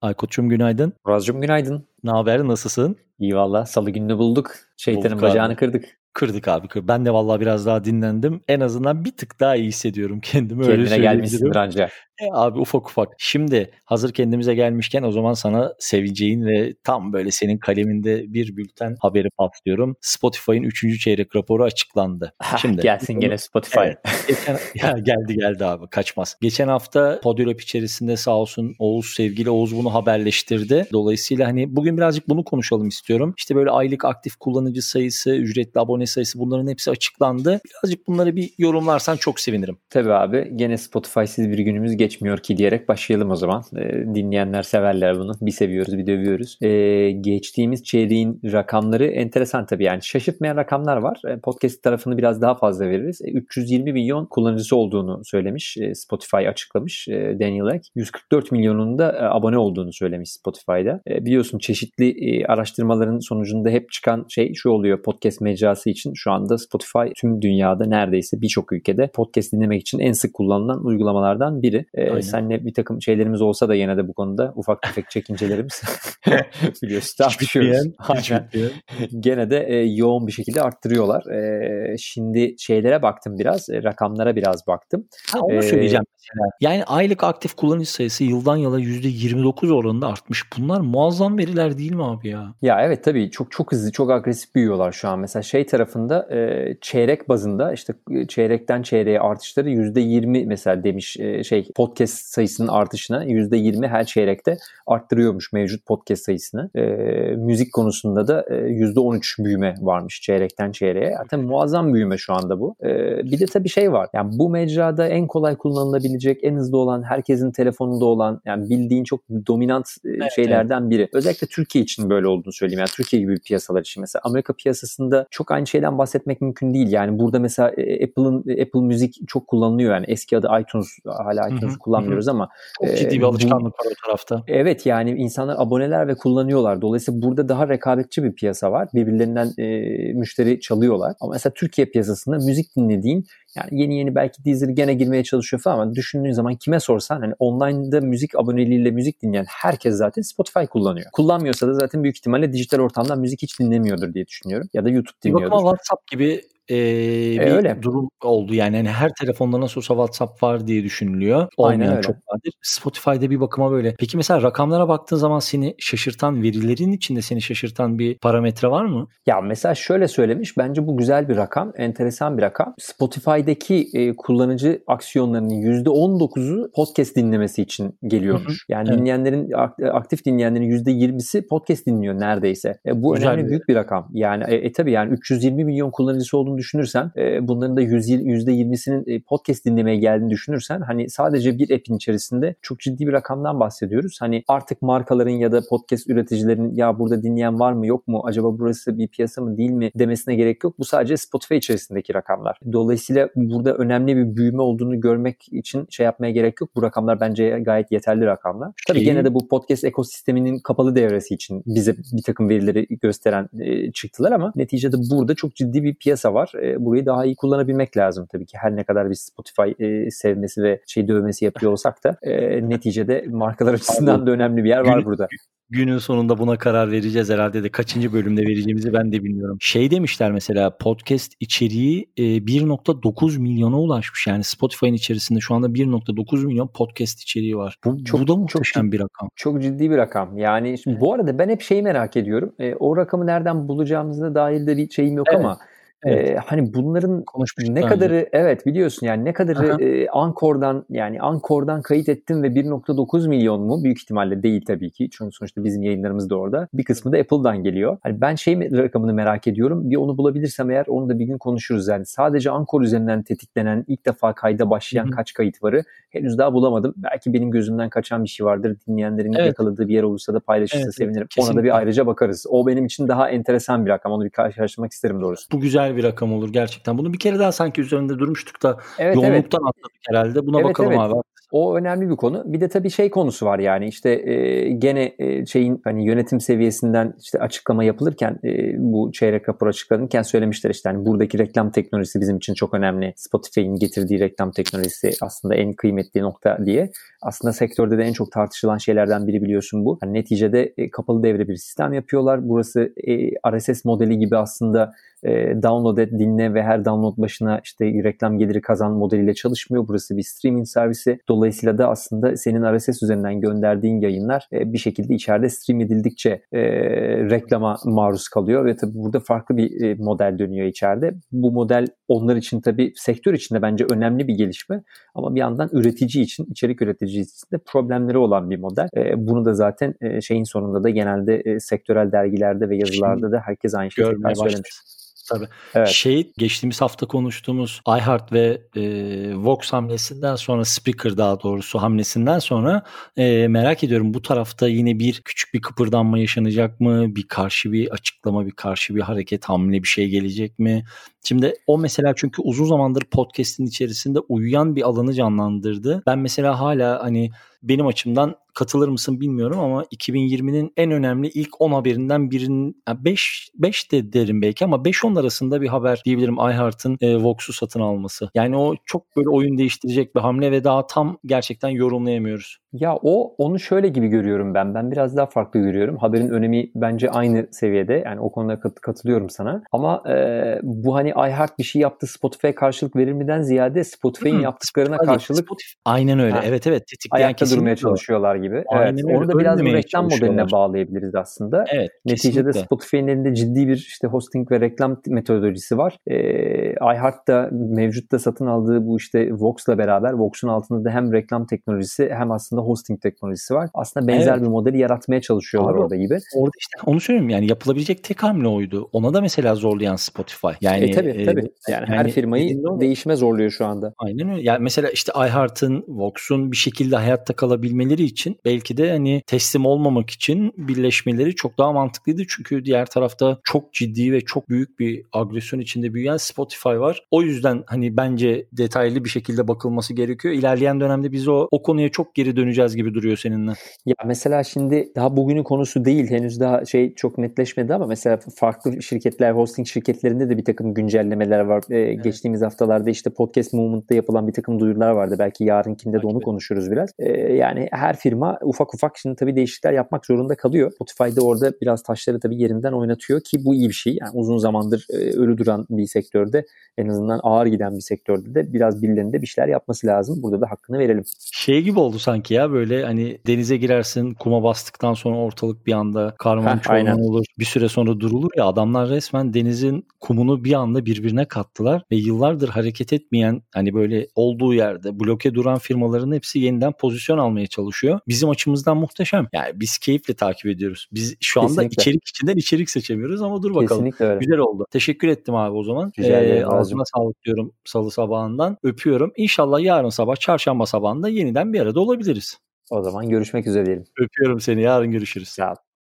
Aykut'cum günaydın. Murat'cığım günaydın. Ne haber, nasılsın? İyi valla, salı gününü bulduk. Şeytanın Bulduk bacağını abi. kırdık. Kırdık abi. Ben de vallahi biraz daha dinlendim. En azından bir tık daha iyi hissediyorum kendimi, öyle Kendine gelmişsindir söyleyebilirim. anca. Abi ufak ufak. Şimdi hazır kendimize gelmişken o zaman sana seveceğin ve tam böyle senin kaleminde bir bülten haberi patlıyorum. Spotify'ın 3. çeyrek raporu açıklandı. Şimdi Gelsin gene Spotify. evet. Geldi abi, kaçmaz. Geçen hafta Podyolab içerisinde sağ olsun sevgili Oğuz bunu haberleştirdi. Dolayısıyla hani bugün birazcık bunu konuşalım istiyorum. İşte böyle aylık aktif kullanıcı sayısı, ücretli abone sayısı, bunların hepsi açıklandı. Birazcık bunları bir yorumlarsan çok sevinirim. Tabii abi, gene Spotify'siz bir günümüz geçmiyor ki diyerek başlayalım o zaman. Dinleyenler severler bunu. Bir seviyoruz, bir dövüyoruz. Geçtiğimiz çeyreğin rakamları enteresan tabii, yani şaşırtmayan rakamlar var. Podcast tarafını biraz daha fazla veririz. 320 milyon kullanıcısı olduğunu söylemiş. Spotify açıklamış. Daniel Ek. 144 milyonun da abone olduğunu söylemiş Spotify'da. Biliyorsun çeşitli araştırmaların sonucunda hep çıkan şey şu oluyor. Podcast mecrası için şu anda Spotify tüm dünyada neredeyse birçok ülkede podcast dinlemek için en sık kullanılan uygulamalardan biri. Seninle bir takım şeylerimiz olsa da yine de bu konuda ufak tefek çekincelerimiz biliyorsun tartışıyoruz. Gene de yoğun bir şekilde arttırıyorlar. Şimdi şeylere baktım biraz, rakamlara biraz baktım. Onu söyleyeceğim mesela. Yani aylık aktif kullanıcı sayısı yıldan yıla %29 oranında artmış. Bunlar muazzam veriler değil mi abi ya? Ya evet, tabii çok hızlı, çok agresif büyüyorlar şu an. Mesela şey tarafında çeyrek bazında işte çeyrekten çeyreğe artışları %20 mesela demiş, podcast sayısının artışına %20 her çeyrekte arttırıyormuş mevcut podcast sayısını. Müzik konusunda da %13 büyüme varmış çeyrekten çeyreğe. Zaten muazzam büyüme şu anda bu. Bir de tabii şey var. Yani bu mecrada en kolay kullanılabilecek, en hızlı olan, herkesin telefonunda olan, yani bildiğin çok dominant şeylerden biri. Özellikle Türkiye için böyle olduğunu söyleyeyim. Yani Türkiye gibi piyasalar için. Mesela Amerika piyasasında çok aynı şeyden bahsetmek mümkün değil. Yani burada mesela Apple Müzik çok kullanılıyor. Yani eski adı iTunes, hala iTunes'u kullanmıyoruz ama çok ciddi bir alışkanlık var o tarafta. Evet, yani insanlar aboneler ve kullanıyorlar. Dolayısıyla burada daha rekabetçi bir piyasa var. Birbirlerinden müşteri çalıyorlar. Ama mesela Türkiye piyasasında müzik dinlediğin, yani yeni belki Deezer gene girmeye çalışıyor falan ama düşündüğün zaman kime sorsan hani online'da müzik aboneliğiyle müzik dinleyen herkes zaten Spotify kullanıyor. Kullanmıyorsa da zaten büyük ihtimalle dijital ortamdan müzik hiç dinlemiyordur diye düşünüyorum. Ya da YouTube dinliyordur. Bakın WhatsApp gibi bir öyle durum oldu. Yani hani her telefonda nasıl olsa WhatsApp var diye düşünülüyor. Olmayan çok nadir. Spotify'da bir bakıma böyle. Peki mesela rakamlara baktığın zaman seni şaşırtan, verilerin içinde seni şaşırtan bir parametre var mı? Ya mesela şöyle söylemiş. Bence bu güzel bir rakam. Enteresan bir rakam. Spotify'daki kullanıcı aksiyonlarının %19'u podcast dinlemesi için geliyormuş. Yani dinleyenlerin, aktif dinleyenlerin %20'si podcast dinliyor neredeyse. Bu güzel, önemli büyük bir rakam. Yani tabii yani 320 milyon kullanıcısı olduğunu düşünürsen, bunların da %20'sinin podcast dinlemeye geldiğini düşünürsen, hani sadece bir app'in içerisinde çok ciddi bir rakamdan bahsediyoruz. Hani artık markaların ya da podcast üreticilerinin ya burada dinleyen var mı yok mu, acaba burası bir piyasa mı değil mi demesine gerek yok. Bu sadece Spotify içerisindeki rakamlar. Dolayısıyla burada önemli bir büyüme olduğunu görmek için şey yapmaya gerek yok. Bu rakamlar bence gayet yeterli rakamlar. Tabii gene de bu podcast ekosisteminin kapalı devresi için bize bir takım verileri gösteren çıktılar ama neticede burada çok ciddi bir piyasa var. Burayı daha iyi kullanabilmek lazım tabii ki. Her ne kadar biz Spotify sevmesi ve dövmesi yapıyor olsak da neticede markalar açısından da önemli bir yer var burada. Günün sonunda buna karar vereceğiz herhalde de kaçıncı bölümde vereceğimizi ben de bilmiyorum. Şey demişler mesela, podcast içeriği 1.9 milyona ulaşmış. Yani Spotify'ın içerisinde şu anda 1.9 milyon podcast içeriği var. Bu da muhteşem bir rakam. Çok ciddi bir rakam. Yani şimdi bu arada ben hep şeyi merak ediyorum. O rakamı nereden bulacağımıza dair de bir şeyim yok ama hani bunların ne kadarı biliyorsun yani ne kadarı Anchor'dan kayıt ettim ve 1.9 milyon mu? Büyük ihtimalle değil tabii ki. Çünkü sonuçta bizim yayınlarımız da orada. Bir kısmı da Apple'dan geliyor. Hani ben rakamını merak ediyorum. Bir onu bulabilirsem eğer onu da bir gün konuşuruz yani. Sadece Anchor üzerinden tetiklenen, ilk defa kayda başlayan kaç kayıt varı henüz daha bulamadım. Belki benim gözümden kaçan bir şey vardır. Dinleyenlerin yakaladığı bir yer olursa da paylaşırsa sevinirim. Kesinlikle. Ona da bir ayrıca bakarız. O benim için daha enteresan bir rakam. Onu bir karşılaştırmak isterim doğrusu. Bu güzel bir rakam olur gerçekten. Bunu bir kere daha sanki üzerinde durmuştuk da yoğunluktan atladık herhalde. Buna bakalım abi. O önemli bir konu. Bir de tabii şey konusu var yani işte gene şeyin hani yönetim seviyesinden işte açıklama yapılırken bu çeyrek rapor açıklanırken söylemişler işte hani buradaki reklam teknolojisi bizim için çok önemli. Spotify'ın getirdiği reklam teknolojisi aslında en kıymetli nokta diye. Aslında sektörde de en çok tartışılan şeylerden biri biliyorsun bu. Yani neticede kapalı devre bir sistem yapıyorlar. Burası RSS modeli gibi aslında download et, dinle ve her download başına işte reklam geliri kazan modeliyle çalışmıyor. Burası bir streaming servisi. Dolayısıyla da aslında senin RSS üzerinden gönderdiğin yayınlar bir şekilde içeride stream edildikçe reklama maruz kalıyor ve tabii burada farklı bir model dönüyor içeride. Bu model onlar için tabii sektör için de bence önemli bir gelişme ama bir yandan üretici için, içerik üreticisi için de problemleri olan bir model. Bunu da zaten şeyin sonunda da genelde sektörel dergilerde ve yazılarda da herkes aynı şeyi tekrar söylemiş. Tabii. Evet. Geçtiğimiz hafta konuştuğumuz iHeart ve Vox hamlesinden sonra, Spreaker daha doğrusu hamlesinden sonra merak ediyorum bu tarafta yine küçük bir kıpırdanma yaşanacak mı? Karşı bir açıklama, karşı bir hareket, hamle bir şey gelecek mi? Şimdi o mesela çünkü uzun zamandır podcast'in içerisinde uyuyan bir alanı canlandırdı. Ben mesela hala hani benim açımdan katılır mısın bilmiyorum ama 2020'nin en önemli ilk 10 haberinden birinin 5 de derim belki ama 5-10 arasında bir haber diyebilirim iHeart'ın Vox'u satın alması. Yani o çok böyle oyun değiştirecek bir hamle ve daha tam gerçekten yorumlayamıyoruz. Ya onu şöyle gibi görüyorum ben. Ben biraz daha farklı görüyorum. Haberin önemi bence aynı seviyede. Yani o konuda katılıyorum sana. Ama bu hani iHeart bir şey yaptı, Spotify'a karşılık verir miden ziyade Spotify'ın yaptıklarına karşılık. Aynen öyle. Evet. Tetikleyen ayakta durmaya çalışıyorlar gibi. Aynen evet. Onu da biraz bu reklam modeline çalışıyorlar. bağlayabiliriz aslında. Evet. Neticede Kesinlikle. Spotify'ın elinde ciddi bir işte hosting ve reklam metodolojisi var. iHeart da mevcutta satın aldığı bu işte Vox'la beraber Vox'un altında da hem reklam teknolojisi hem aslında hosting teknolojisi var. Aslında benzer bir modeli yaratmaya çalışıyorlar orada gibi. Orada işte onu söyleyeyim yani yapılabilecek tek hamle oydu. Ona da mesela zorlayan Spotify. Yani tabii. Yani her firmayı değişime zorluyor şu anda. Aynen öyle. Yani mesela işte iHeart'ın, Vox'un bir şekilde hayatta kalabilmeleri için belki de hani teslim olmamak için birleşmeleri çok daha mantıklıydı. Çünkü diğer tarafta çok ciddi ve çok büyük bir agresyon içinde büyüyen Spotify var. O yüzden hani bence detaylı bir şekilde bakılması gerekiyor. İlerleyen dönemde biz o konuya çok geri döneceğiz gibi duruyor seninle. Ya mesela şimdi daha bugünün konusu değil. Henüz daha çok netleşmedi ama mesela farklı şirketler, hosting şirketlerinde de bir takım güncellemeler var. Evet. Geçtiğimiz haftalarda işte Podcast Movement'ta yapılan bir takım duyurular vardı. Belki yarınkinde de onu konuşuruz biraz. Yani her firma ufak şimdi tabii değişiklikler yapmak zorunda kalıyor. Spotify'da orada biraz taşları tabii yerinden oynatıyor ki bu iyi bir şey. Yani uzun zamandır ölü duran bir sektörde, en azından ağır giden bir sektörde de biraz birilerinde bir şeyler yapması lazım. Burada da hakkını verelim. Gibi oldu sanki ya, böyle hani denize girersin, kuma bastıktan sonra ortalık bir anda karman çorman olur. Bir süre sonra durulur ya, adamlar resmen denizin kumunu bir anda birbirine kattılar ve yıllardır hareket etmeyen, hani böyle olduğu yerde bloke duran firmaların hepsi yeniden pozisyon almaya çalışıyor. Bizim açımızdan muhteşem. Yani biz keyifle takip ediyoruz. Biz şu anda içerik içinden içerik seçemiyoruz ama dur bakalım. Kesinlikle öyle. Güzel oldu. Teşekkür ettim abi o zaman. Ağzına sağlık diyorum salı sabahından. Öpüyorum. İnşallah yarın sabah, çarşamba sabahında yeniden bir arada olabiliriz. O zaman görüşmek üzere diyelim. Öpüyorum seni. Yarın görüşürüz. Sağ ol.